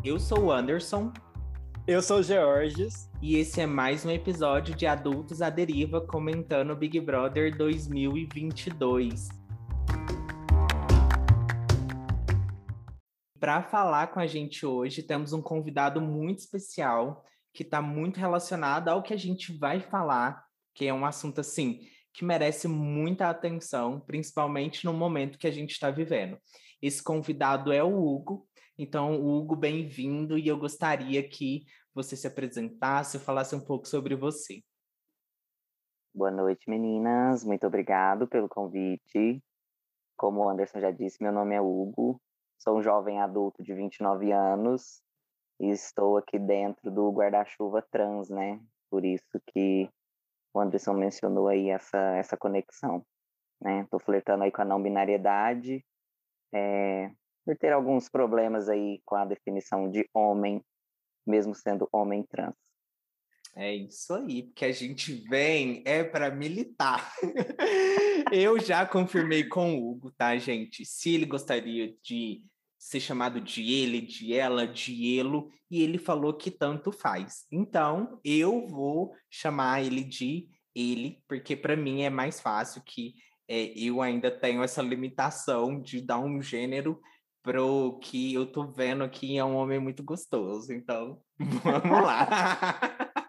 Eu sou o Anderson. Eu sou o Georges. E esse é mais um episódio de Adultos à Deriva comentando Big Brother 2022. Para falar com a gente hoje, temos um convidado muito especial que está muito relacionado ao que a gente vai falar, que é um assunto assim que merece muita atenção, principalmente no momento que a gente está vivendo. Esse convidado é o Hugo. Então, Hugo, bem-vindo, e eu gostaria que você se apresentasse e falasse um pouco sobre você. Boa noite, meninas. Muito obrigado pelo convite. Como o Anderson já disse, meu nome é Hugo. Sou um jovem adulto de 29 anos e estou aqui dentro do guarda-chuva trans, né? Por isso que o Anderson mencionou aí essa conexão, né? Tô flertando aí com a não-binariedade, por ter alguns problemas aí com a definição de homem, mesmo sendo homem trans. É isso aí, porque a gente vem para militar. Eu já confirmei com o Hugo, tá, gente? Se ele gostaria de ser chamado de ele, de ela, de elo, e ele falou que tanto faz. Então, eu vou chamar ele de ele, porque para mim é mais fácil que eu ainda tenho essa limitação de dar um gênero pro que eu tô vendo aqui é um homem muito gostoso. Então, vamos lá.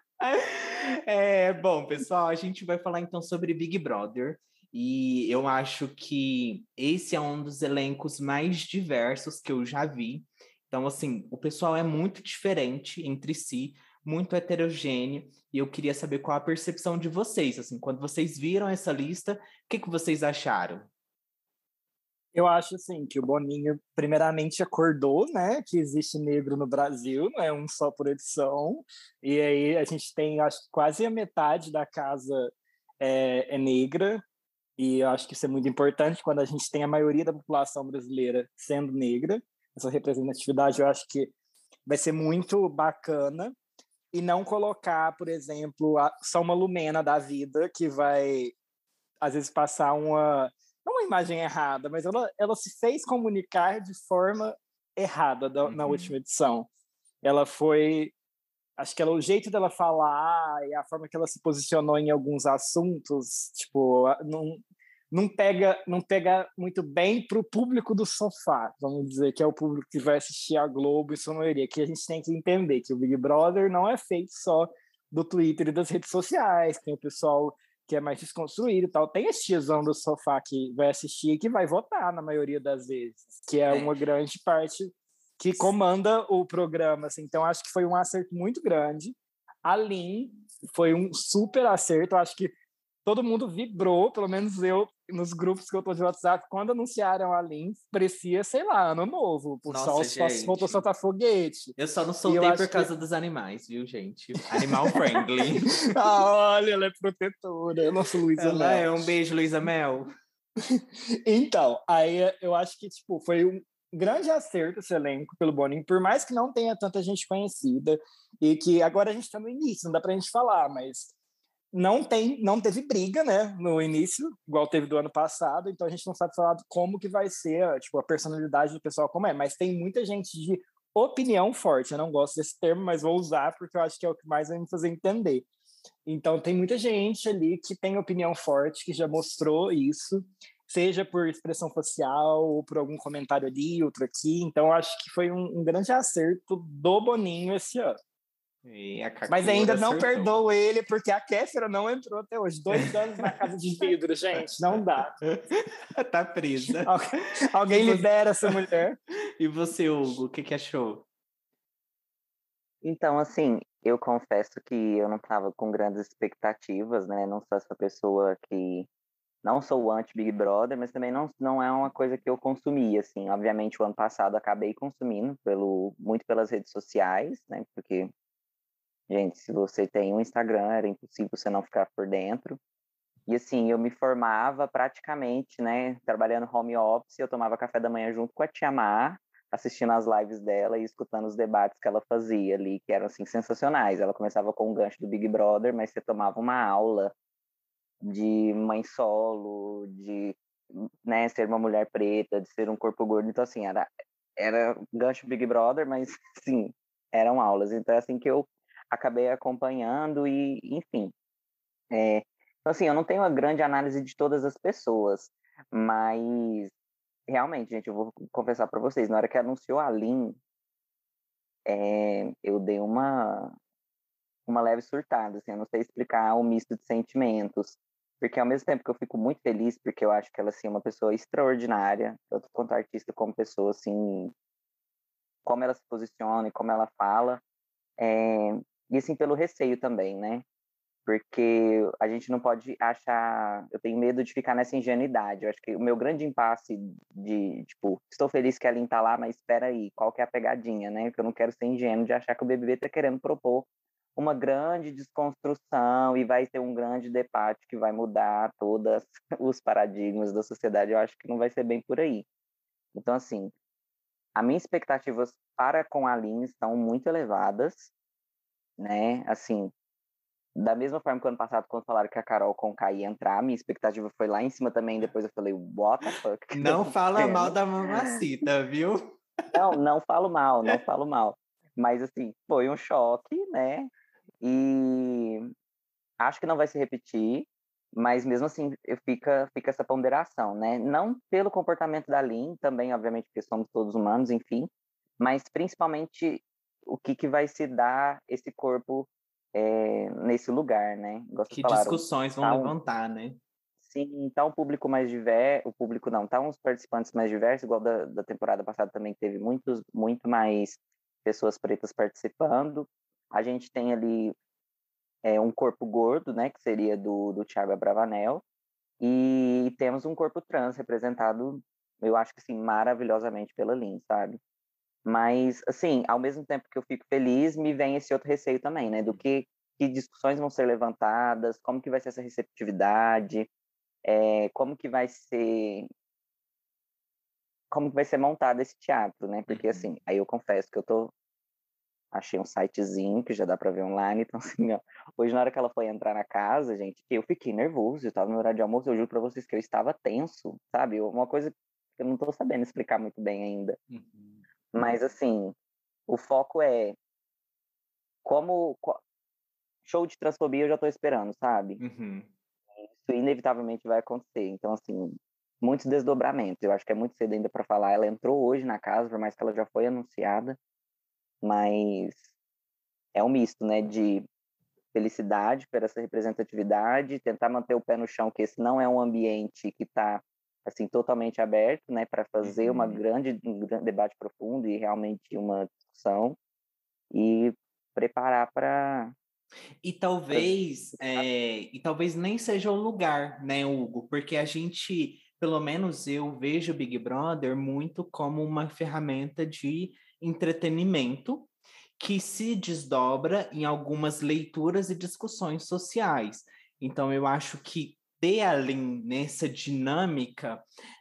Bom, pessoal, a gente vai falar então sobre Big Brother, e eu acho que esse é um dos elencos mais diversos que eu já vi. Então, assim, o pessoal é muito diferente entre si, muito heterogêneo, e eu queria saber qual a percepção de vocês, assim, quando vocês viram essa lista, o que vocês acharam? Eu acho assim que o Boninho primeiramente acordou, né, que existe negro no Brasil, não é um só por edição, e aí a gente tem, acho que quase a metade da casa é negra, e eu acho que isso é muito importante quando a gente tem a maioria da população brasileira sendo negra. Essa representatividade eu acho que vai ser muito bacana, e não colocar, por exemplo, só uma Lumena da vida que vai às vezes passar não uma imagem errada, mas ela se fez comunicar de forma errada na última edição. Ela foi, acho que o jeito dela falar e a forma que ela se posicionou em alguns assuntos, tipo, não pega muito bem para o público do sofá, vamos dizer, que é o público que vai assistir a Globo e sua maioria, que a gente tem que entender que o Big Brother não é feito só do Twitter e das redes sociais, tem o pessoal que é mais desconstruído e tal. Tem esse tiozão do sofá que vai assistir e que vai votar na maioria das vezes, que é uma grande parte que comanda o programa, assim. Então acho que foi um acerto muito grande. A Lin foi um super acerto, acho que todo mundo vibrou, pelo menos eu, nos grupos que eu tô de WhatsApp, quando anunciaram a Lin, parecia, sei lá, ano novo. O Nossa, sol gente. voltou a soltar foguete. Eu só não soltei por causa dos animais, viu, gente? Animal friendly. Olha, ela é protetora. Nossa, Luísa Ela Mel. Um beijo, Luísa Mel. Então, aí eu acho que tipo, foi um grande acerto esse elenco pelo Boninho, por mais que não tenha tanta gente conhecida, e que agora a gente está no início, não dá pra gente falar, mas não teve briga, né, no início, igual teve do ano passado, então a gente não sabe falar como que vai ser, tipo, a personalidade do pessoal como é, mas tem muita gente de opinião forte. Eu não gosto desse termo, mas vou usar porque eu acho que é o que mais vai me fazer entender. Então tem muita gente ali que tem opinião forte, que já mostrou isso, seja por expressão facial ou por algum comentário ali, outro aqui. Então eu acho que foi um grande acerto do Boninho esse ano. Mas ainda não acertou. Perdoo ele, porque a Kéfera não entrou até hoje. 2 anos na casa de vidro, gente. Não dá. Tá presa. Alguém libera essa mulher. E você, Hugo, o que achou? Então, assim, eu confesso que eu não estava com grandes expectativas, né? Não sou essa pessoa que... Não sou o anti-Big Brother, mas também não é uma coisa que eu consumi, assim. Obviamente, o ano passado acabei consumindo muito pelas redes sociais, né? Porque, gente, se você tem um Instagram, era impossível você não ficar por dentro. E, assim, eu me formava praticamente, né? Trabalhando home office, eu tomava café da manhã junto com a Tia Mar, assistindo as lives dela e escutando os debates que ela fazia ali, que eram, assim, sensacionais. Ela começava com o gancho do Big Brother, mas você tomava uma aula de mãe solo, de, né, ser uma mulher preta, de ser um corpo gordo. Então, assim, era gancho Big Brother, mas sim, eram aulas. Então é assim que eu acabei acompanhando e, enfim. Então, assim, eu não tenho uma grande análise de todas as pessoas, mas realmente, gente, eu vou confessar para vocês, na hora que anunciou a Lin, eu dei uma leve surtada, assim, eu não sei explicar o misto de sentimentos, porque ao mesmo tempo que eu fico muito feliz, porque eu acho que ela, assim, é uma pessoa extraordinária, tanto quanto artista como pessoa, assim, como ela se posiciona e como ela fala, e assim, pelo receio também, né? Porque a gente não pode achar. Eu tenho medo de ficar nessa ingenuidade. Eu acho que o meu grande impasse de, tipo, estou feliz que a Lin tá lá, mas espera aí, qual que é a pegadinha, né? Porque eu não quero ser ingênuo de achar que o BBB tá querendo propor uma grande desconstrução e vai ter um grande debate que vai mudar todos os paradigmas da sociedade. Eu acho que não vai ser bem por aí. Então, assim, as minhas expectativas para com a Lin estão muito elevadas, né? Assim, da mesma forma que ano passado, quando falaram que a Carol Conká ia entrar, minha expectativa foi lá em cima também. Depois eu falei, what the fuck que tá Não fala mal acontecendo? da Mamacita, viu? Não, não falo mal, não falo mal. Mas, assim, foi um choque, né? E acho que não vai se repetir, mas mesmo assim fica essa ponderação, né? Não pelo comportamento da Lin, também, obviamente, porque somos todos humanos, enfim, mas principalmente o que vai se dar esse corpo nesse lugar, né? Igual vocês Que falaram, discussões vão tá levantar, né? sim, tá um público mais diverso, o público não, tá uns participantes mais diversos, igual da temporada passada também teve muito mais pessoas pretas participando. A gente tem ali um corpo gordo, né, que seria do Thiago Abravanel, e temos um corpo trans representado, eu acho que, assim, maravilhosamente pela Lin, sabe? Mas, assim, ao mesmo tempo que eu fico feliz, me vem esse outro receio também, né, do que discussões vão ser levantadas, como que vai ser essa receptividade, como que vai ser montado esse teatro, né? Porque, assim, aí eu confesso que achei um sitezinho que já dá para ver online, então assim, ó, hoje na hora que ela foi entrar na casa, gente, eu fiquei nervoso, eu tava no horário de almoço, eu juro para vocês que eu estava tenso, sabe? Uma coisa que eu não tô sabendo explicar muito bem ainda. Mas assim, o foco é como show de transfobia eu já tô esperando, sabe? Uhum. Isso inevitavelmente vai acontecer. Então assim, muitos desdobramentos. Eu acho que é muito cedo ainda para falar. Ela entrou hoje na casa, por mais que ela já foi anunciada, mas é um misto, né, de felicidade por essa representatividade, tentar manter o pé no chão, que esse não é um ambiente que está assim totalmente aberto, né, para fazer um grande debate profundo e realmente uma discussão e preparar para E talvez nem seja o lugar, né, Hugo? Porque a gente, pelo menos eu vejo o Big Brother muito como uma ferramenta de entretenimento que se desdobra em algumas leituras e discussões sociais. Então, eu acho que ter ali nessa dinâmica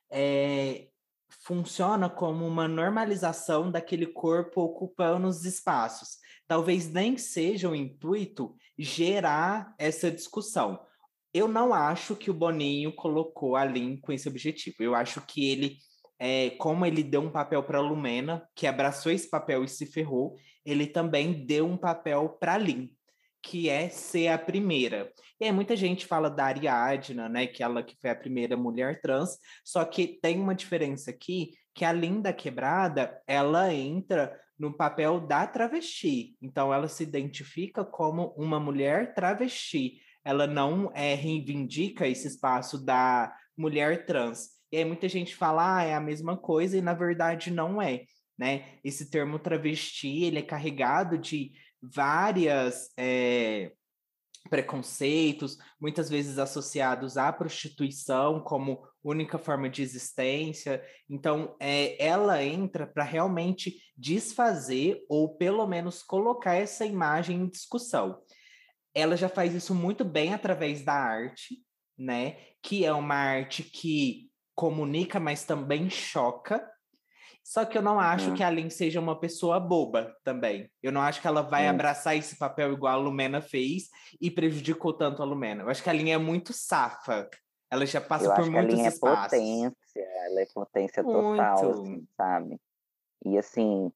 funciona como uma normalização daquele corpo ocupando os espaços. Talvez nem seja o intuito gerar essa discussão. Eu não acho que o Boninho colocou a Lin com esse objetivo. Eu acho que ele, como ele deu um papel para a Lumena, que abraçou esse papel e se ferrou, ele também deu um papel para a Lin, que é ser a primeira. E aí muita gente fala da Ariadna, né, que ela que foi a primeira mulher trans, só que tem uma diferença aqui, que a Lin da Quebrada, ela entra no papel da travesti. Então ela se identifica como uma mulher travesti. Ela não reivindica esse espaço da mulher trans. E aí muita gente fala, é a mesma coisa, e na verdade não é, né? Esse termo travesti, ele é carregado de várias preconceitos, muitas vezes associados à prostituição como única forma de existência. Então, ela entra para realmente desfazer ou pelo menos colocar essa imagem em discussão. Ela já faz isso muito bem através da arte, né? Que é uma arte que comunica, mas também choca. Só que eu não acho que a Lin seja uma pessoa boba também. Eu não acho que ela vai abraçar esse papel igual a Lumena fez e prejudicou tanto a Lumena. Eu acho que a Lin é muito safa. Ela já passa eu por acho que a muitos linha é espaços. potência, ela é potência total, Muito. assim, sabe? E assim,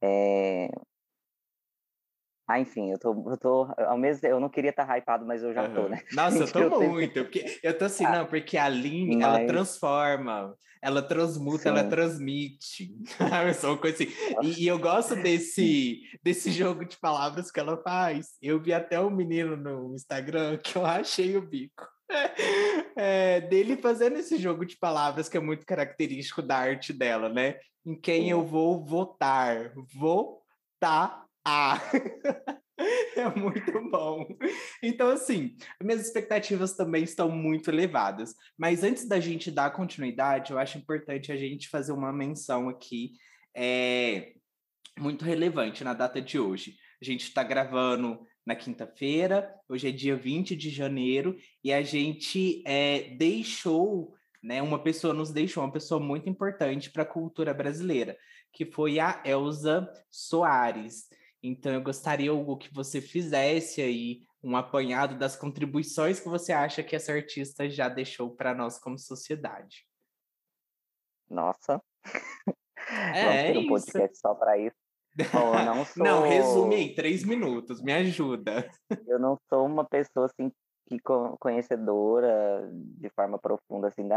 enfim, ao mesmo eu não queria estar hypado, mas eu já tô, Aham. né? Nossa, eu tô Eu tenho muito. Porque eu tô assim, não, porque a Aline, ela mas transforma, ela transmuta, ela sim, transmite. Eu sou uma coisa assim. E eu gosto desse jogo de palavras que ela faz. Eu vi até um menino no Instagram que eu achei o bico. Dele fazendo esse jogo de palavras que é muito característico da arte dela, né? Em quem eu sim. vou votar. Votar. É muito bom. Então, assim, minhas expectativas também estão muito elevadas. Mas antes da gente dar continuidade, eu acho importante a gente fazer uma menção aqui muito relevante na data de hoje. A gente está gravando na quinta-feira, hoje é dia 20 de janeiro, e a gente deixou, né, uma pessoa nos deixou, uma pessoa muito importante para a cultura brasileira, que foi a Elza Soares. Então, eu gostaria, Hugo, que você fizesse aí um apanhado das contribuições que você acha que essa artista já deixou para nós como sociedade. Nossa, vamos É ter um isso. podcast só para isso. Bom, Não, resume aí, 3 minutos, me ajuda. eu não sou uma pessoa assim que conhecedora de forma profunda assim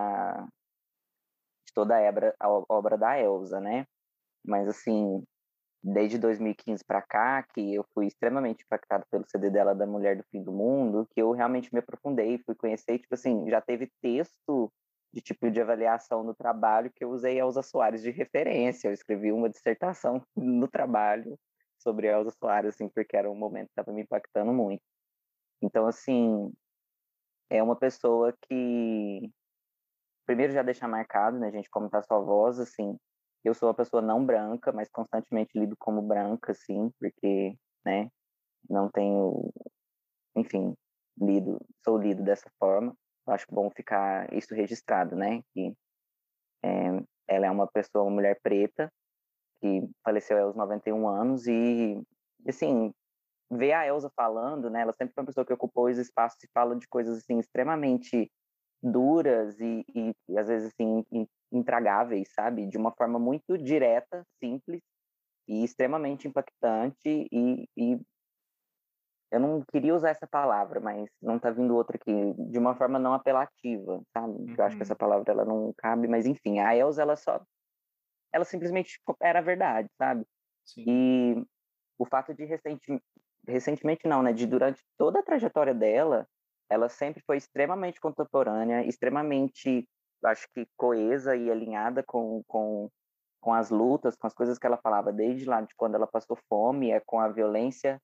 de toda a obra da Elsa, né? Mas assim, desde 2015 para cá, que eu fui extremamente impactado pelo CD dela da Mulher do Fim do Mundo, que eu realmente me aprofundei, fui conhecer, tipo assim, já teve texto de tipo de avaliação no trabalho que eu usei a Elza Soares de referência. Eu escrevi uma dissertação no trabalho sobre a Elza Soares, assim, porque era um momento que estava me impactando muito. Então, assim, é uma pessoa que primeiro já deixa marcado, né, gente, como tá sua voz, assim, eu sou uma pessoa não branca, mas constantemente lido como branca, assim, porque, né, não tenho, enfim, sou lido dessa forma. Eu acho bom ficar isso registrado, né, que ela é uma pessoa, uma mulher preta, que faleceu aos 91 anos e, assim, ver a Elsa falando, né, ela sempre foi uma pessoa que ocupou os espaços e fala de coisas, assim, extremamente duras e às vezes assim intragáveis, sabe? De uma forma muito direta, simples e extremamente impactante e eu não queria usar essa palavra, mas não tá vindo outra aqui, de uma forma não apelativa, sabe? Eu acho que essa Uhum, palavra ela não cabe, mas enfim, a Elsa ela simplesmente era a verdade, sabe? sim. E o fato de recentemente não, né, de durante toda a trajetória dela, ela sempre foi extremamente contemporânea, extremamente, acho que coesa e alinhada com as lutas, com as coisas que ela falava, desde lá de quando ela passou fome, com a violência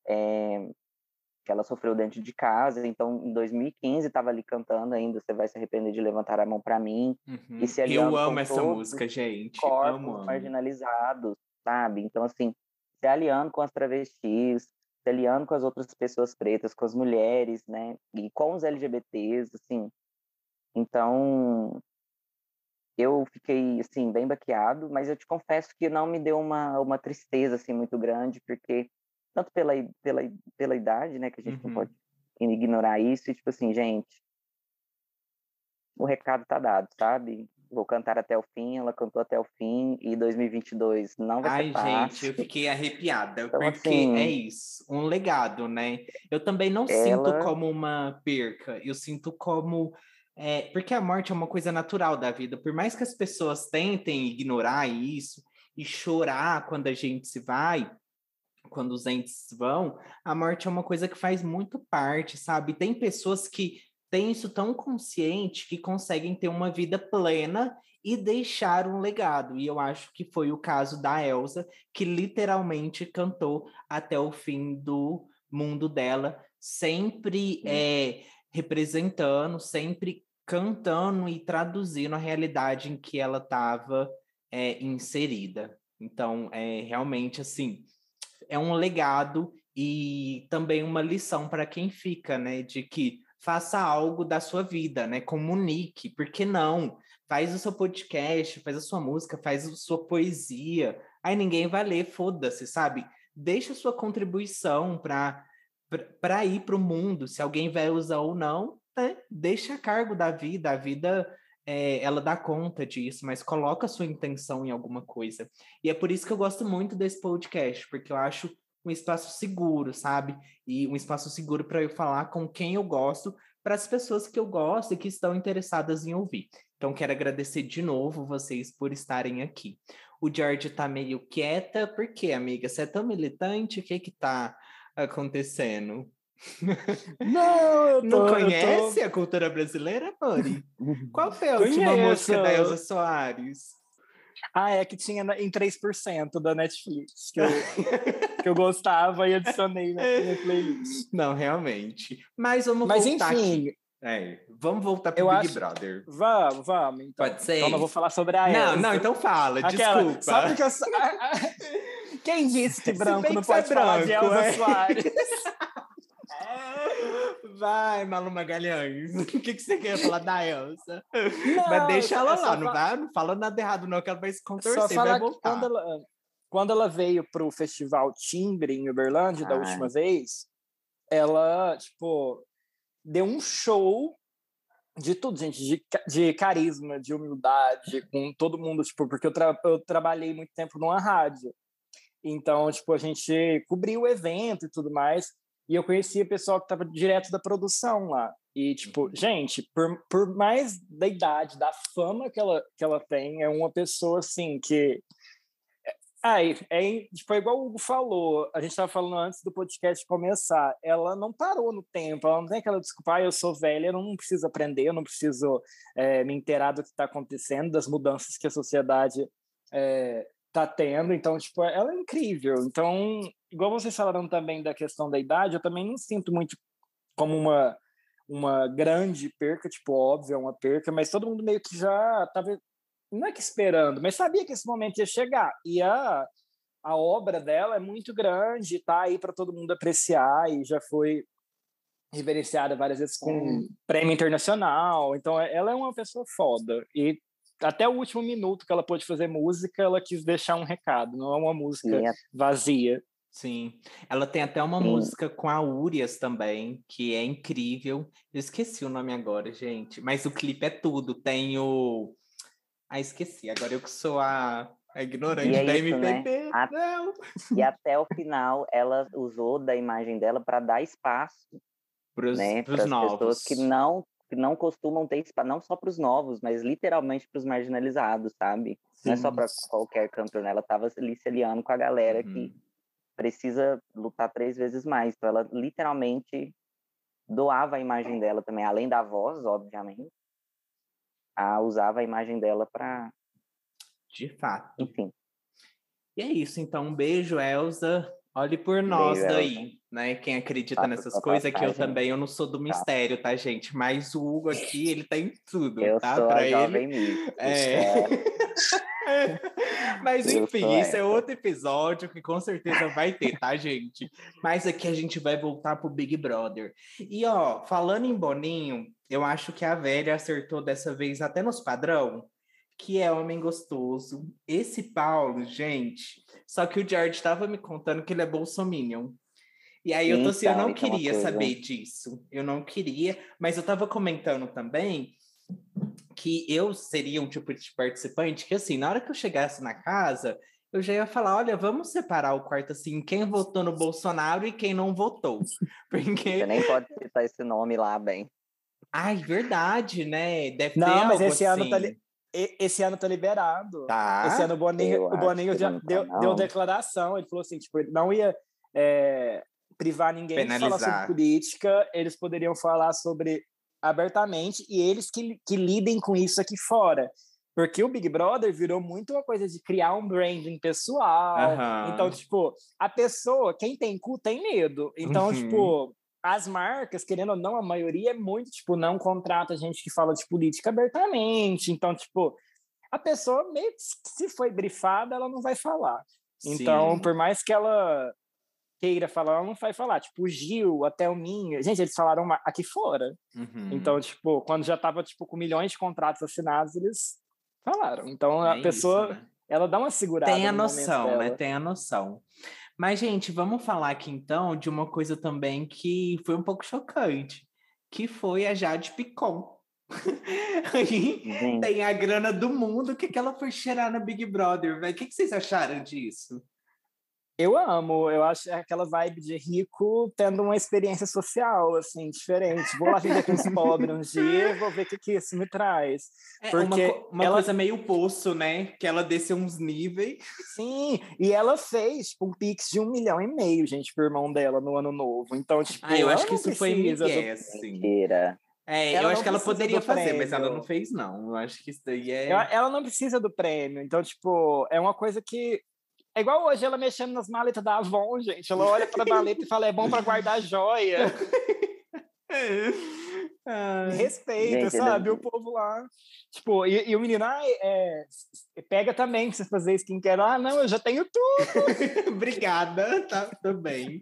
que ela sofreu dentro de casa. Então, em 2015, estava ali cantando ainda, Você Vai Se Arrepender de Levantar a Mão para Mim, e Uhum. se Eu aliando amo com essa todos os música, gente. Amo, corpos amo. marginalizados, sabe? Então, assim, se aliando com as travestis, se aliando com as outras pessoas pretas, com as mulheres, né? E com os LGBTs, assim. Então, eu fiquei, assim, bem baqueado, mas eu te confesso que não me deu uma tristeza, assim, muito grande, porque tanto pela idade, né, que a gente não pode Uhum. ignorar isso, e tipo assim, gente, o recado tá dado, sabe? Vou cantar até o fim, ela cantou até o fim, e 2022 não vai ser Ai, gente, fácil. eu fiquei arrepiada, Então, porque é assim, isso, um legado, né? Eu também não sinto ela, como uma perca, eu sinto como. Porque a morte é uma coisa natural da vida, por mais que as pessoas tentem ignorar isso e chorar quando a gente se vai, quando os entes vão, a morte é uma coisa que faz muito parte, sabe? Tem pessoas que têm isso tão consciente que conseguem ter uma vida plena e deixar um legado. E eu acho que foi o caso da Elsa, que literalmente cantou até o fim do mundo dela, sempre representando, sempre cantando e traduzindo a realidade em que ela estava inserida. Então, realmente assim é um legado e também uma lição para quem fica, né? De que faça algo da sua vida, né? Comunique, por que não? Faz o seu podcast, faz a sua música, faz a sua poesia. Aí ninguém vai ler, foda-se, sabe? Deixa a sua contribuição para ir para o mundo, se alguém vai usar ou não, né? Deixa a cargo da vida, a vida ela dá conta disso, mas coloca a sua intenção em alguma coisa. E é por isso que eu gosto muito desse podcast, porque eu acho um espaço seguro, sabe? E um espaço seguro para eu falar com quem eu gosto, para as pessoas que eu gosto e que estão interessadas em ouvir. Então, quero agradecer de novo vocês por estarem aqui. O George tá meio quieta, por quê, amiga? Você é tão militante? O que que tá acontecendo? Não, Não conhece a cultura brasileira, Mori? Qual foi a última música da Elza Soares? É que tinha em 3% da Netflix, que eu gostava e adicionei na minha playlist. Não, realmente. Mas vamos voltar enfim, aqui. Vamos voltar pro Big Brother. Vamos. Então. Pode ser? Então eu vou falar sobre a Elza. Não, então fala, desculpa. Só porque eu... Quem disse que branco não pode falar de Elza Soares? Vai, Malu Magalhães. O que você quer falar da Elza? Mas deixa ela lá, não fala nada errado não, que ela vai se contorcer, vai voltar. Quando ela veio pro Festival Timbre em Uberlândia da última vez, ela, tipo, deu um show de tudo, gente, de carisma, de humildade, com todo mundo, tipo, porque eu trabalhei muito tempo numa rádio. Então, tipo, a gente cobriu o evento e tudo mais, e eu conhecia pessoal que estava direto da produção lá. E, tipo, gente, por mais da idade, da fama que ela tem, é uma pessoa, assim, que... tipo, é igual o Hugo falou, a gente estava falando antes do podcast começar, ela não parou no tempo, ela não tem aquela desculpa, eu sou velha, eu não preciso aprender, eu não preciso me inteirar do que está acontecendo, das mudanças que a sociedade tá tendo, então, tipo, ela é incrível. Então, igual vocês falaram também da questão da idade, eu também não sinto muito como uma grande perca, tipo, óbvio, é uma perca, mas todo mundo meio que já estava, não é que esperando, mas sabia que esse momento ia chegar, e a obra dela é muito grande, tá aí para todo mundo apreciar, e já foi reverenciada várias vezes com prêmio internacional, então ela é uma pessoa foda, e até o último minuto que ela pôde fazer música, ela quis deixar um recado, não é uma música vazia. Sim, ela tem até uma música com a Urias também, que é incrível. Eu esqueci o nome agora, gente, mas o clipe é tudo. Tem o... esqueci, agora eu que sou a ignorante da MPB. Né? Não. E até o final, ela usou da imagem dela para dar espaço para as pessoas que não costumam ter espaço, não só para os novos, mas literalmente para os marginalizados, sabe? Sim. Não é só para qualquer cantor, né? Ela estava ali se aliando com a galera que precisa lutar 3 vezes mais. Então, ela literalmente doava a imagem dela também, além da voz, obviamente, usava a imagem dela para... De fato. Enfim. E é isso, então. Um beijo, Elza. Olhe por nós daí, né? Quem acredita nessas coisas, que eu não sou do mistério, tá, gente? Mas o Hugo aqui, ele tem tudo, eu tá? Sou pra a ele. Jovem Mística. Mas enfim, isso é outro episódio que com certeza vai ter, tá, gente? Mas aqui a gente vai voltar pro Big Brother. E, ó, falando em Boninho, eu acho que a velha acertou dessa vez até nos padrão, que é homem gostoso. Esse Paulo, gente... Só que o George estava me contando que ele é bolsominion. E aí eu tô assim, eu não queria saber disso. Eu não queria, mas eu tava comentando também que eu seria um tipo de participante que, assim, na hora que eu chegasse na casa, eu já ia falar, olha, vamos separar o quarto, assim, quem votou no Bolsonaro e quem não votou. Porque... Você nem pode citar esse nome lá, bem. Ai, verdade, né? Deve ter não, mas algo esse assim. ano esse ano tá liberado. Tá. Esse ano o Boninho já deu declaração, ele falou assim, tipo, ele não ia privar ninguém de falar sobre política, eles poderiam falar sobre abertamente e eles que lidem com isso aqui fora. Porque o Big Brother virou muito uma coisa de criar um branding pessoal. Então, tipo, a pessoa, quem tem cu, tem medo. Então, tipo, as marcas, querendo ou não, a maioria é muito, tipo, não contrata gente que fala de política abertamente. Então, tipo, a pessoa meio que se foi brifada, ela não vai falar. Então, por mais que ela queira falar, ela não vai falar. Tipo, o Gil, a Thelminha, gente, eles falaram aqui fora. Então, tipo, quando já tava, tipo, com milhões de contratos assinados, eles falaram. Então, a pessoa, né? Ela dá uma segurada. Tem a noção, né? Tem a noção. Mas, gente, vamos falar aqui, então, de uma coisa também que foi um pouco chocante, que foi a Jade Picon, Aí tem a grana do mundo, o que ela foi cheirar na Big Brother, velho? O que vocês acharam disso? Eu amo, eu acho aquela vibe de rico tendo uma experiência social, assim, diferente. Vou lá viver com os pobres um dia, vou ver o que isso me traz. Porque uma coisa meio poço, né? Que ela desceu uns níveis. Sim, e ela fez tipo, um Pix de 1,5 milhão, gente, pro irmão dela no ano novo. Então, tipo, eu acho que isso foi migué, assim. Mentira. Eu acho que ela poderia fazer, mas ela não fez, não. Eu acho que isso daí Ela não precisa do prêmio. Então, tipo, é uma coisa que... É igual hoje ela mexendo nas maletas da Avon, gente. Ela olha pra maleta e fala, é bom pra guardar joia. Respeita, gente, sabe? O povo lá. Tipo, e o menino, pega também pra você fazer skincare. Ah, não, eu já tenho tudo. Obrigada, tá bem.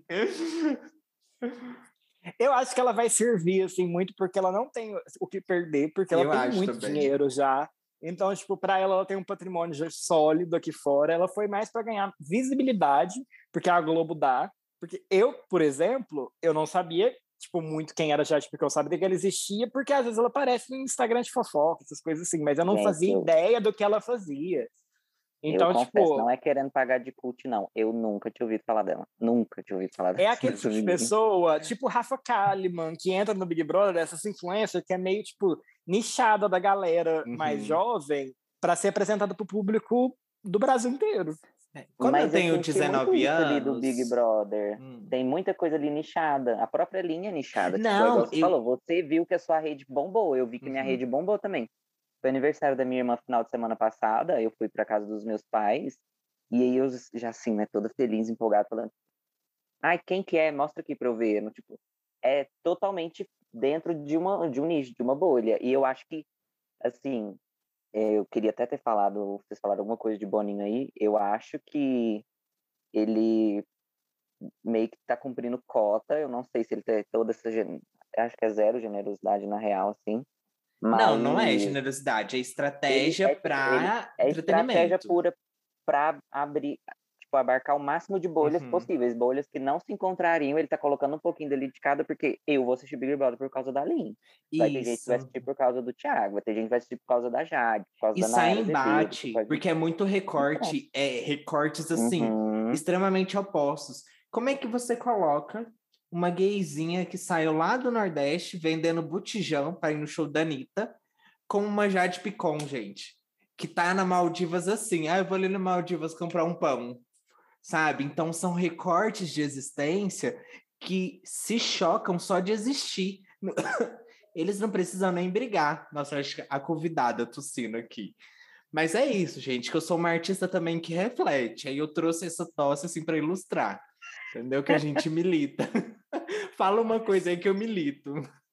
Eu acho que ela vai servir, assim, muito porque ela não tem o que perder, porque ela tem muito dinheiro já. Então, tipo, para ela tem um patrimônio já sólido aqui fora. Ela foi mais para ganhar visibilidade, porque a Globo dá. Porque eu, por exemplo, eu não sabia, tipo, muito quem era Jade Picon, sabia que ela existia, porque às vezes ela aparece no Instagram de fofoca, essas coisas assim, mas eu não fazia ideia do que ela fazia. Então, eu confesso, não é querendo pagar de cult, não. Eu nunca tinha ouvido falar dela. Nunca tinha ouvido falar dela. É aquele tipo de pessoa, tipo Rafa Kalimann, que entra no Big Brother, essas influências que é meio, tipo, nichada da galera mais jovem para ser apresentada para o público do Brasil inteiro. Quando eu tenho 19 anos... ali do Big Brother. Tem muita coisa ali nichada. A própria linha é nichada. Não, tipo, você falou, você viu que a sua rede bombou. Eu vi que minha rede bombou também. Foi aniversário da minha irmã final de semana passada, eu fui para casa dos meus pais, e aí eu já assim, né, toda feliz, empolgada, falando, ai, quem que é? Mostra aqui para eu ver. No, tipo, é totalmente dentro de um nicho, de uma bolha. E eu acho que, assim, eu queria até ter falado, vocês falaram alguma coisa de Boninho aí, eu acho que ele meio que tá cumprindo cota, eu não sei se ele tem toda essa, acho que é zero generosidade na real, assim, mas... Não é generosidade, é estratégia para entretenimento. É estratégia pura para abrir, tipo, abarcar o máximo de bolhas possíveis, bolhas que não se encontrariam, ele tá colocando um pouquinho dali de cada, porque eu vou assistir Big Brother por causa da Lin. Vai ter gente que vai assistir por causa do Thiago, vai ter gente que vai assistir por causa da Jade, por causa da Nayara Azevedo. E sai embate, porque é muito recorte, recortes, assim, extremamente opostos. Como é que você coloca uma gayzinha que saiu lá do Nordeste vendendo botijão para ir no show da Anitta com uma Jade Picon, gente? Que tá na Maldivas assim, eu vou ali na Maldivas comprar um pão, sabe? Então são recortes de existência que se chocam só de existir. Eles não precisam nem brigar. Nossa, acho que a convidada tossindo aqui. Mas é isso, gente, que eu sou uma artista também que reflete. Aí eu trouxe essa tosse assim para ilustrar. Entendeu? Que a gente milita. Fala uma coisa aí que eu milito.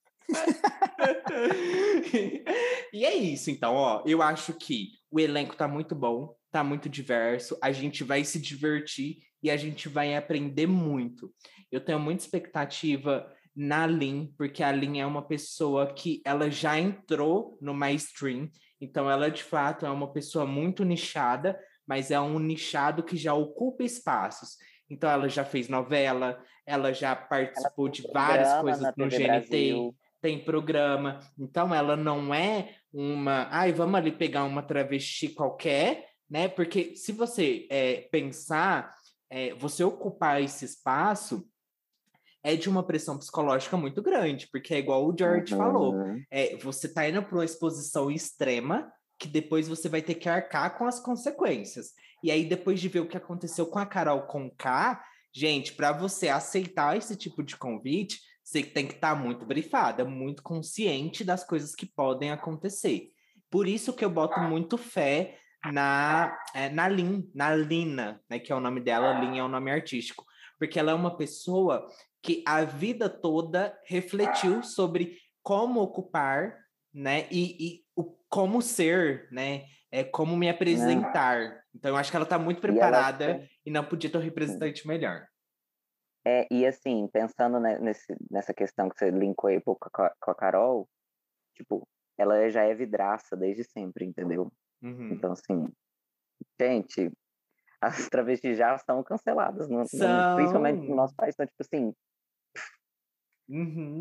E é isso, então, ó. Eu acho que o elenco tá muito bom, tá muito diverso, a gente vai se divertir e a gente vai aprender muito. Eu tenho muita expectativa na Lin, porque a Lin é uma pessoa que ela já entrou no mainstream, então ela de fato é uma pessoa muito nichada, mas é um nichado que já ocupa espaços. Então ela já fez novela, ela já participou de várias coisas no GNT. Brasil. Tem programa, então ela não é uma, vamos ali pegar uma travesti qualquer, né? Porque se você pensar, você ocupar esse espaço é de uma pressão psicológica muito grande, porque é igual o George falou, você está indo para uma exposição extrema que depois você vai ter que arcar com as consequências. E aí, depois de ver o que aconteceu com a Carol Conká, gente, para você aceitar esse tipo de convite, você tem que estar muito brifada, muito consciente das coisas que podem acontecer. Por isso que eu boto muito fé na Lina, né, que é o nome dela, Lin é o nome artístico, porque ela é uma pessoa que a vida toda refletiu sobre como ocupar, né, e como ser, né, como me apresentar. Então, eu acho que ela está muito preparada e não podia ter um representante melhor. E assim, pensando nessa questão que você linkou aí com a Carol, tipo, ela já é vidraça desde sempre, entendeu? Então, assim, gente, as travestis já são canceladas, principalmente no nosso país, então, tipo assim...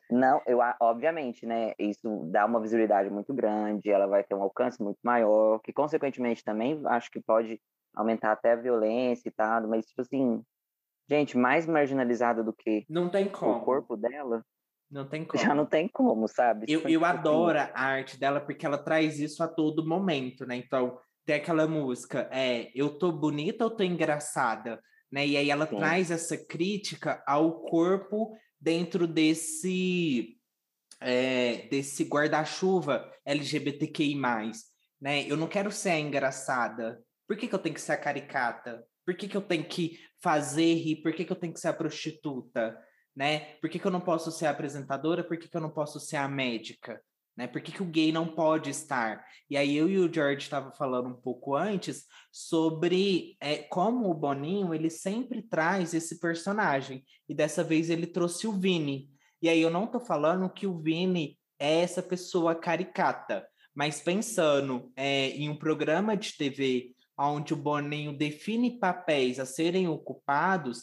Não, obviamente, né? Isso dá uma visibilidade muito grande, ela vai ter um alcance muito maior, que consequentemente também acho que pode aumentar até a violência e tal, mas tipo assim, gente, mais marginalizada do que Não tem o como. corpo dela, Não tem já não como. tem como, sabe? Eu, Então, eu tipo assim, adoro a arte dela porque ela traz isso a todo momento, né? Então, tem aquela música, Eu tô bonita ou tô engraçada? Né? E aí ela sim, traz essa crítica ao corpo dentro desse guarda-chuva LGBTQI+, né? Eu não quero ser a engraçada. Por que que eu tenho que ser a caricata? Por que que eu tenho que fazer rir? Por que que eu tenho que ser a prostituta? Né? Por que que eu não posso ser a apresentadora? Por que que eu não posso ser a médica? Né? Por que que o gay não pode estar? E aí eu e o George estavam falando um pouco antes sobre como o Boninho ele sempre traz esse personagem. E dessa vez ele trouxe o Vini. E aí eu não estou falando que o Vini é essa pessoa caricata, mas pensando em um programa de TV onde o Boninho define papéis a serem ocupados,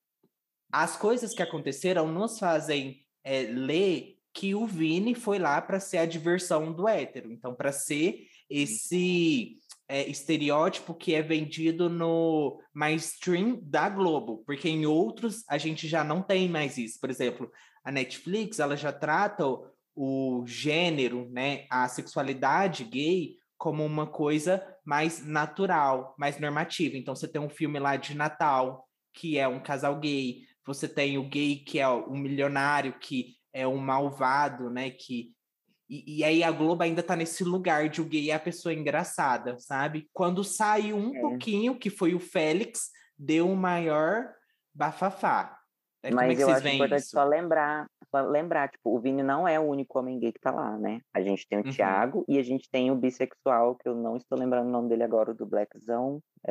as coisas que aconteceram nos fazem ler que o Vini foi lá para ser a diversão do hétero, então para ser esse estereótipo que é vendido no mainstream da Globo, porque em outros a gente já não tem mais isso. Por exemplo, a Netflix ela já trata o gênero, né, a sexualidade gay como uma coisa mais natural, mais normativa. Então você tem um filme lá de Natal que é um casal gay, você tem o gay que é o milionário, que é um malvado, né? E aí a Globo ainda tá nesse lugar de o gay é a pessoa engraçada, sabe? Quando saiu um pouquinho, que foi o Félix, deu um maior bafafá. Como é mas que eu vocês acho veem importante isso? só lembrar, tipo, o Vini não é o único homem gay que tá lá, né? A gente tem o Uhum. Thiago e a gente tem o bissexual, que eu não estou lembrando o nome dele agora, do Blackzão, é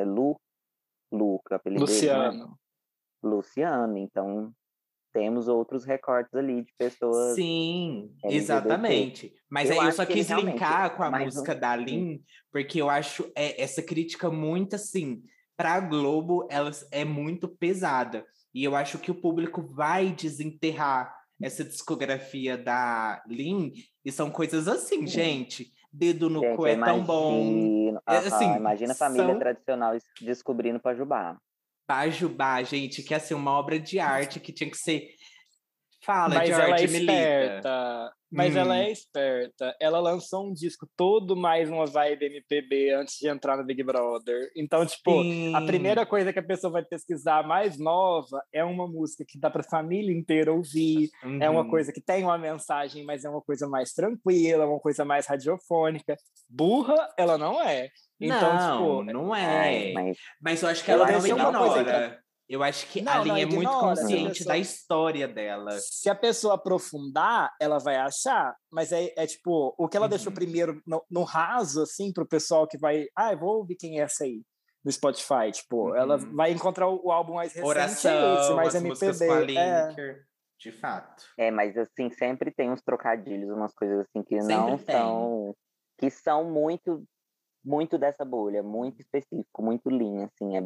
Lu, que é o apelido dele, não é? Luciano. Luciano, então temos outros recortes ali de pessoas Sim, LGBT. exatamente. Mas Eu aí eu acho só que ele quis realmente linkar com é a mais um. música da Lin, porque eu acho essa crítica muito assim, para a Globo, ela é muito pesada. E eu acho que o público vai desenterrar essa discografia da Lin, e são coisas assim, gente. Dedo no cu Gente, eu é tão bom. imagino, Assim, imagina a família são tradicional descobrindo Pajubá. Pajubá, gente, que é assim, uma obra de arte que tinha que ser. Fala, Mas ela é George, milita. esperta. Mas ela Hum. é esperta. Ela lançou um disco todo mais uma vibe MPB antes de entrar no Big Brother. Então, tipo, a primeira Sim. coisa que a pessoa vai pesquisar mais nova é uma música que dá para a família inteira ouvir. É uma Uhum. coisa que tem uma mensagem, mas é uma coisa mais tranquila, uma coisa mais radiofônica. Burra, ela não é. Então, Não, tipo, não Ai, é. mas Mas eu acho que eu ela ela acho não que deixou uma não coisa foi. que. ignora. Eu acho que a Não Lin é muito ignora. Se a consciente da pessoa história dela. se a pessoa aprofundar, ela vai achar, mas é tipo, o que ela deixou Uhum. primeiro no raso, assim, pro pessoal que vai, eu vou ouvir quem é essa aí, no Spotify, tipo, ela Uhum. vai encontrar o álbum mais recente, é esse, Oração, mais as músicas com a MPB, Lineker, de fato. Mas assim, sempre tem uns trocadilhos, umas coisas assim que não Sempre tem. são. Que são muito, muito dessa bolha, muito específico, muito linha, assim, é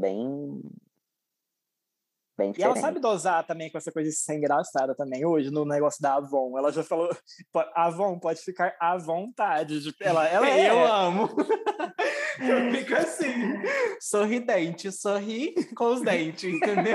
bem e ela sabe diferente. dosar também com essa coisa de ser engraçada também. Hoje, no negócio da Avon, ela já falou: Avon, pode ficar à vontade. Ela Eu é. amo. Eu fico assim, sorridente, sorri com os dentes, entendeu?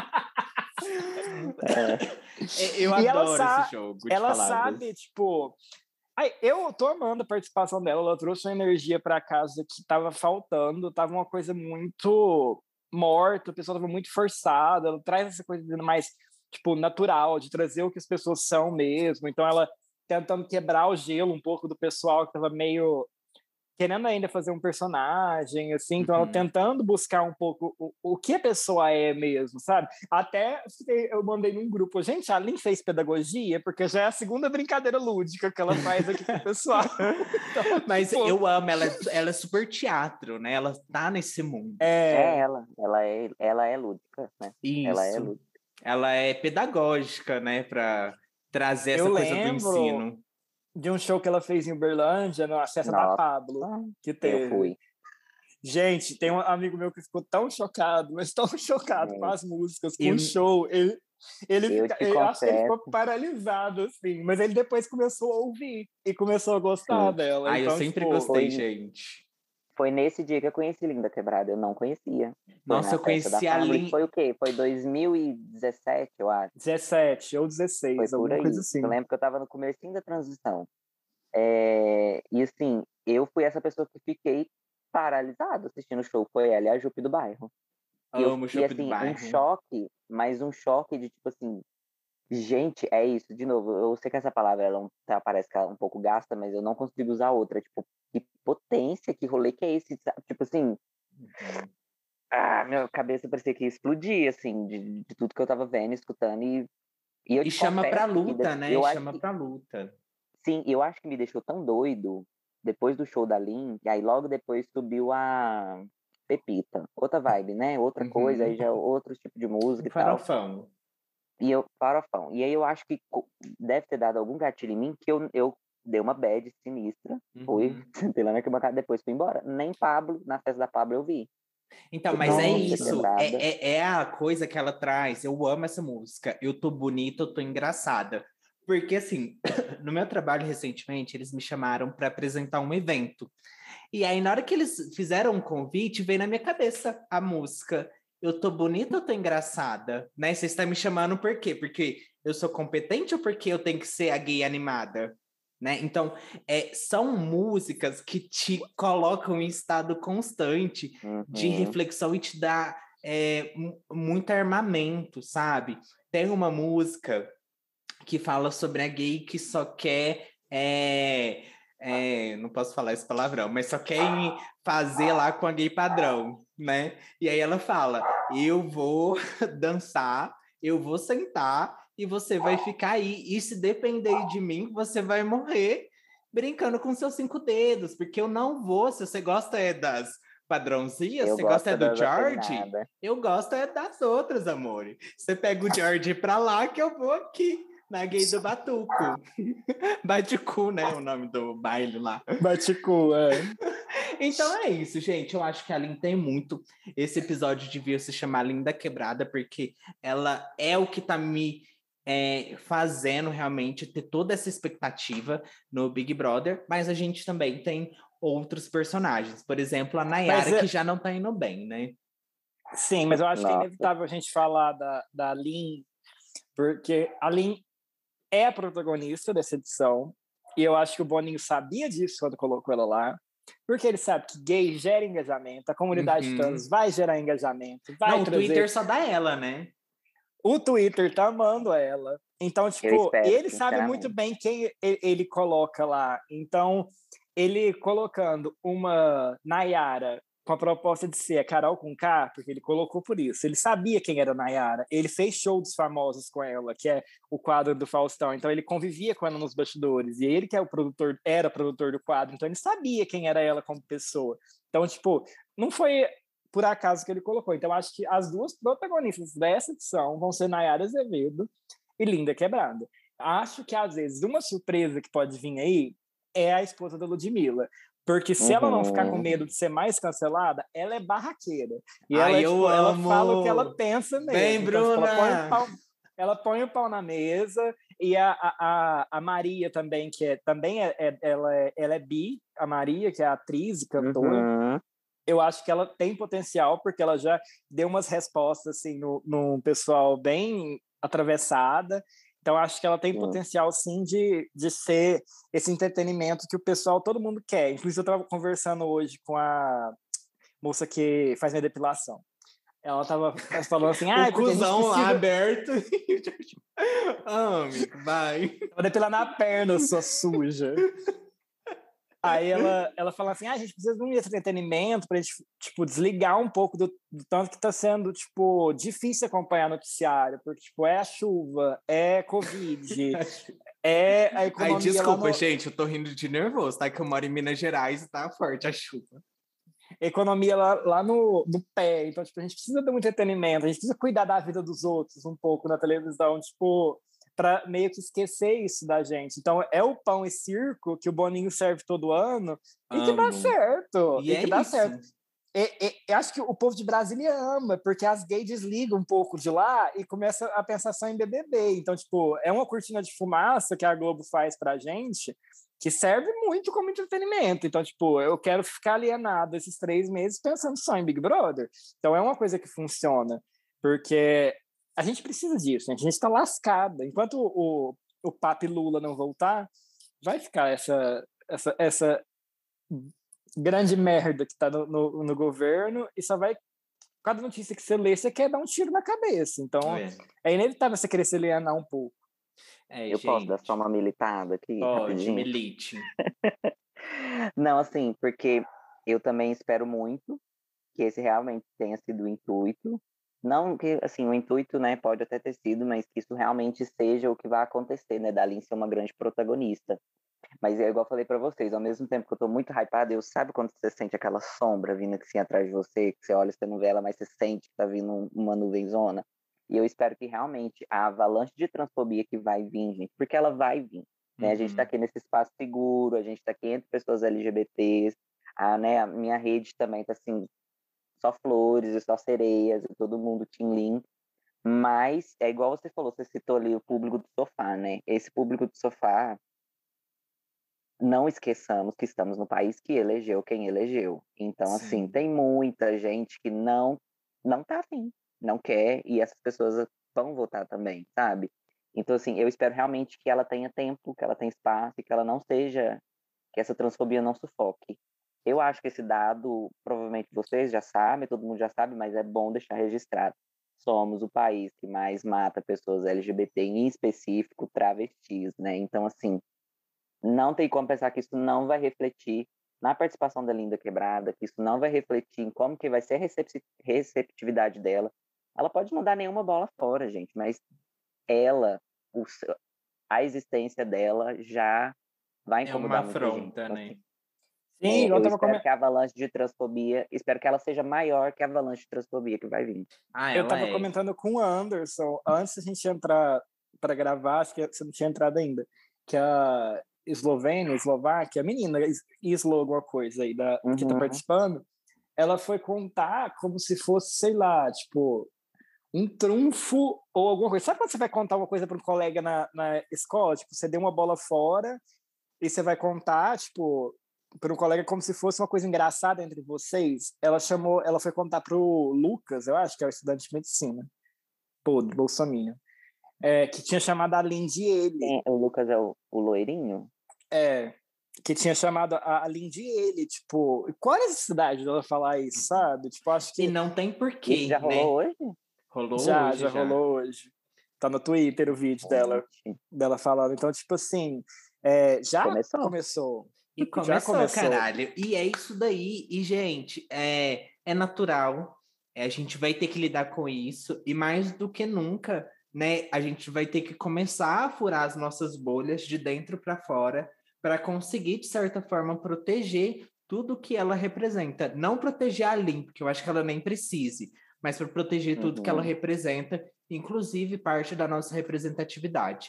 É, Eu E ela, adoro esse sa jogo de ela palavras. sabe, tipo. Eu tô amando a participação dela, ela trouxe uma energia para casa que tava faltando, tava uma coisa muito morta, o pessoal tava muito forçado, ela traz essa coisa mais, tipo, natural, de trazer o que as pessoas são mesmo, então ela tentando quebrar o gelo um pouco do pessoal que tava meio querendo ainda fazer um personagem, assim, então ela Uhum. tentando buscar um pouco o que a pessoa é mesmo, sabe? Até eu mandei num grupo, gente, a Lin fez pedagogia, porque já é a segunda brincadeira lúdica que ela faz aqui com o pessoal. Então, Mas tipo, eu amo, ela é super teatro, né? Ela tá nesse mundo. é é, ela é lúdica, né? Ela é Isso. lúdica. Ela é pedagógica, né? Para trazer eu essa coisa do lembro ensino. de um show que ela fez em Uberlândia, na festa da Nossa, Pablo, que eu teve. fui. Gente, tem um amigo meu que ficou tão chocado, mas tão chocado com É, as músicas, com o Eu, show. Eu acho que ele ficou paralisado, assim. Mas ele depois começou a ouvir e começou a gostar dela. Ah, então, eu sempre gostei, gente. Foi nesse dia que eu conheci Linda Quebrada. Eu não conhecia. Foi Nossa, na eu festa da conheci a Pablo. Lin... Foi o quê? Foi 2017, eu acho. 17 ou 16, Foi por alguma aí. coisa assim. Eu lembro que eu tava no comecinho da transição. E assim, eu fui essa pessoa que fiquei paralisado assistindo o show. Foi ela e a Jupe do bairro. E eu Amo o fiquei, Chopp do assim, Bairro. um choque, mas um choque de, tipo assim, gente, é isso, de novo, eu sei que essa palavra, ela parece que ela é um pouco gasta, mas eu não consigo usar outra, tipo, que potência, que rolê que é esse, sabe? Tipo assim, minha cabeça parecia que ia explodir, assim, de tudo que eu tava vendo, escutando, e eu E te chama pra confesso luta, né? eu acho Chama que, pra luta. sim, eu acho que me deixou tão doido, depois do show da Lin, e aí logo depois subiu a Pepita, outra vibe, né? Outra coisa, aí já é outro tipo de música O e tal. farofão. E eu, farofão. E aí eu acho que deve ter dado algum gatilho em mim que eu dei uma bad sinistra. Fui, sentei lá na arquibancada, depois fui embora. Nem Pablo, na festa da Pablo eu vi. Então, Eu mas é vi Linda isso. Quebrada. É a coisa que ela traz. Eu amo essa música. Eu tô bonita, eu tô engraçada. Porque, assim, no meu trabalho recentemente, eles me chamaram para apresentar um evento. E aí, na hora que eles fizeram um convite, veio na minha cabeça a música. Eu tô bonita ou tô engraçada? Né? Você está me chamando por quê? Porque eu sou competente ou porque eu tenho que ser a gay animada? Né? Então, são músicas que te colocam em estado constante de reflexão e te dá muito armamento, sabe? Tem uma música que fala sobre a gay que só quer não posso falar esse palavrão, mas só quer fazer lá com a gay padrão, né? E aí ela fala: eu vou dançar, eu vou sentar e você vai ficar aí. E se depender de mim, você vai morrer brincando com seus 5 dedos, porque eu não vou. Se você gosta das padrãozinhas, Eu você gosta gosto do das George, afeminadas. eu gosto das outras, amor. Você pega o George pra lá que eu vou aqui. Na gay do Batuco. Baticu, né? O nome do baile lá. Baticu, Então é isso, gente. Eu acho que a Lin tem muito. Esse episódio devia se chamar Linda Quebrada, porque ela é o que tá me fazendo realmente ter toda essa expectativa no Big Brother, mas a gente também tem outros personagens. Por exemplo, a Nayara, que já não tá indo bem, né? Sim, mas eu acho que é Nossa. inevitável a gente falar da Lin, porque a Lin é a protagonista dessa edição, e eu acho que o Boninho sabia disso quando colocou ela lá, porque ele sabe que gay gera engajamento, a comunidade trans vai gerar engajamento, vai Não, trazer... o Twitter só dá ela, né? O Twitter tá amando ela. Então, tipo, ele sabe muito bem quem ele coloca lá. Então, ele colocando uma Nayara com a proposta de ser a Carol Conká, porque ele colocou por isso. Ele sabia quem era a Nayara. Ele fez show dos famosos com ela, que é o quadro do Faustão. Então, ele convivia com ela nos bastidores. E ele que era produtor do quadro. Então, ele sabia quem era ela como pessoa. Então, tipo, não foi por acaso que ele colocou. Então, acho que as duas protagonistas dessa edição vão ser Nayara Azevedo e Linda Quebrada. Acho que, às vezes, uma surpresa que pode vir aí é a esposa da Ludmilla. Porque se ela não ficar com medo de ser mais cancelada, ela é barraqueira. E ela, ela fala o que ela pensa mesmo. Vem, Bruna! Então, ela põe o pau na mesa. E a Maria também, que ela é bi, a Maria, que é atriz e cantora. Eu acho que ela tem potencial, porque ela já deu umas respostas assim, no pessoal bem atravessada. Então, acho que ela tem potencial, sim, de ser esse entretenimento que o pessoal, todo mundo quer. Inclusive, eu estava conversando hoje com a moça que faz minha depilação. Ela estava falando assim... o cuzão lá aberto. Amigo, vai. Vou depilar na perna, sua suja. Aí ela fala assim, a gente precisa de um entretenimento pra gente, tipo, desligar um pouco do tanto que tá sendo, tipo, difícil acompanhar noticiário, porque, tipo, é a chuva, é Covid, é a economia... Ai, desculpa, gente, eu tô rindo de nervoso, tá? Que eu moro em Minas Gerais e tá forte a chuva. Economia lá no pé, então, tipo, a gente precisa de um entretenimento, a gente precisa cuidar da vida dos outros um pouco na televisão, tipo... para meio que esquecer isso da gente. Então, é o pão e circo que o Boninho serve todo ano e que dá certo. E é que dá isso. certo. eu acho que o povo de Brasília ama, porque as gays desligam um pouco de lá e começa a pensar só em BBB. Então, tipo, é uma cortina de fumaça que a Globo faz pra gente, que serve muito como entretenimento. Então, tipo, eu quero ficar alienado esses 3 meses pensando só em Big Brother. Então, é uma coisa que funciona, porque a gente precisa disso, gente. A gente tá lascado. Enquanto o Papi Lula não voltar, vai ficar essa grande merda que tá no governo, e só vai... Cada notícia que você lê, você quer dar um tiro na cabeça. Então, é inevitável você querer se alienar um pouco. Eu posso dar só uma militada aqui? Pode, rapidinho? milite. Não, assim, porque eu também espero muito que esse realmente tenha sido o intuito. Não que, assim, o intuito, né, pode até ter sido, mas que isso realmente seja o que vai acontecer, né, da Lin ser uma grande protagonista. Mas é igual eu falei pra vocês, ao mesmo tempo que eu tô muito hypada, eu sabe quando você sente aquela sombra vindo assim atrás de você, que você olha, você não vê ela, mas você sente que tá vindo uma nuvenzona? E eu espero que realmente a avalanche de transfobia que vai vir, gente, porque ela vai vir, né? A gente tá aqui nesse espaço seguro, a gente tá aqui entre pessoas LGBTs, né, a minha rede também tá assim, só flores e só sereias, e todo mundo Team Lin. Mas é igual você falou, você citou ali o público do sofá, né? Esse público do sofá, não esqueçamos que estamos no país que elegeu quem elegeu. Então, Sim. assim, tem muita gente que não tá afim, não quer, e essas pessoas vão votar também, sabe? Então, assim, eu espero realmente que ela tenha tempo, que ela tenha espaço, e que ela não seja, que essa transfobia não sufoque. Eu acho que esse dado, provavelmente vocês já sabem, todo mundo já sabe, mas é bom deixar registrado. Somos o país que mais mata pessoas LGBT, em específico travestis, né? Então, assim, não tem como pensar que isso não vai refletir na participação da Linda Quebrada, que isso não vai refletir em como que vai ser a receptividade dela. Ela pode não dar nenhuma bola fora, gente, mas ela, a existência dela já vai incomodar muita gente. É uma afronta, né? Sim, eu espero que a avalanche de transfobia, espero que ela seja maior que a avalanche de transfobia que vai vir. Eu tava comentando com o Anderson, antes da gente entrar para gravar, acho que você não tinha entrado ainda, que a Eslováquia, a menina, Islo alguma coisa aí, que tá participando, ela foi contar como se fosse, sei lá, tipo, um trunfo ou alguma coisa. Sabe quando você vai contar uma coisa para um colega na escola? Tipo, você deu uma bola fora e você vai contar, tipo, para um colega como se fosse uma coisa engraçada entre vocês. Ela foi contar pro Lucas, eu acho que é o estudante de medicina, podre, bolsominion, que tinha chamado a Lin de ele. O Lucas é o loirinho? Que tinha chamado a Lin de ele, tipo, qual é a necessidade dela falar isso, sabe? Tipo, acho que... E não tem porquê, isso já rolou hoje? Rolou já hoje. Rolou hoje. Tá no Twitter o vídeo dela falando. Então, tipo assim, já começou. E começou, caralho. E é isso daí. E, gente, é natural. A gente vai ter que lidar com isso. E mais do que nunca, né? A gente vai ter que começar a furar as nossas bolhas de dentro para fora para conseguir, de certa forma, proteger tudo que ela representa. Não proteger a Lin, porque eu acho que ela nem precise, mas para proteger tudo que ela representa, inclusive parte da nossa representatividade.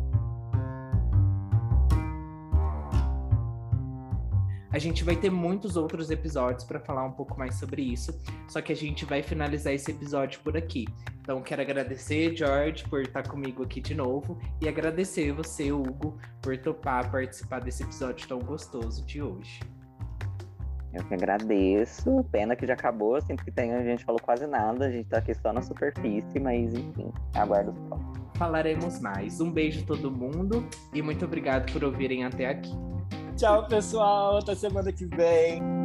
A gente vai ter muitos outros episódios para falar um pouco mais sobre isso, só que a gente vai finalizar esse episódio por aqui. Então, quero agradecer, George, por estar comigo aqui de novo, e agradecer você, Hugo, por topar participar desse episódio tão gostoso de hoje. Eu que agradeço. Pena que já acabou, assim, porque a gente falou quase nada, a gente tá aqui só na superfície, mas enfim, aguardo os próximos. Falaremos mais. Um beijo a todo mundo e muito obrigado por ouvirem até aqui. Tchau, pessoal. Até semana que vem.